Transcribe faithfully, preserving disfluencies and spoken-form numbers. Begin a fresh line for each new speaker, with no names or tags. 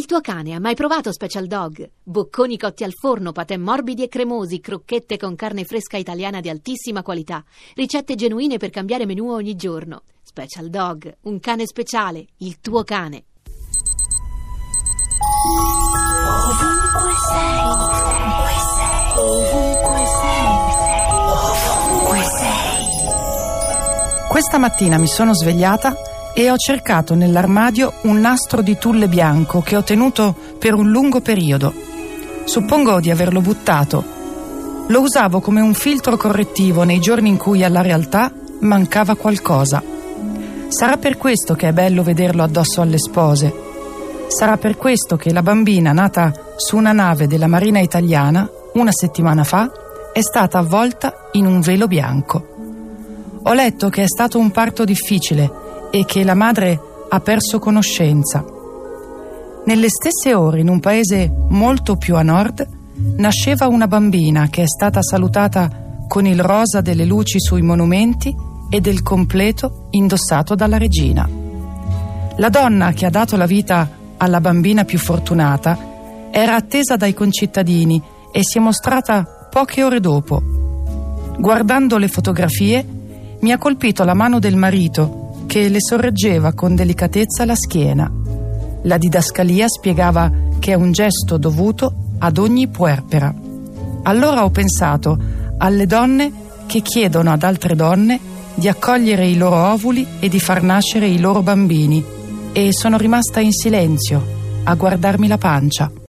tuo cane ha mai provato Special Dog? Bocconi cotti al forno, patè morbidi e cremosi, crocchette con carne fresca italiana di altissima qualità, ricette genuine per cambiare menù ogni giorno. Special Dog, un cane speciale, il tuo cane.
Ovunque sei, ovunque sei, ovunque sei, ovunque sei.
Questa mattina mi sono svegliata e ho cercato nell'armadio un nastro di tulle bianco che ho tenuto per un lungo periodo. Suppongo di averlo buttato. Lo usavo come un filtro correttivo nei giorni in cui alla realtà mancava qualcosa. Sarà per questo che è bello vederlo addosso alle spose. Sarà per questo che la bambina nata su una nave della Marina Italiana una settimana fa è stata avvolta in un velo bianco. Ho letto che è stato un parto difficile e che la madre ha perso conoscenza. Nelle stesse ore, in un paese molto più a nord, nasceva una bambina che è stata salutata con il rosa delle luci sui monumenti e del completo indossato dalla regina. La donna che ha dato la vita alla bambina più fortunata era attesa dai concittadini e si è mostrata poche ore dopo. Guardando le fotografie, mi ha colpito la mano del marito che le sorreggeva con delicatezza la schiena. La didascalia spiegava che è un gesto dovuto ad ogni puerpera. Allora ho pensato alle donne che chiedono ad altre donne di accogliere i loro ovuli e di far nascere i loro bambini, e sono rimasta in silenzio a guardarmi la pancia.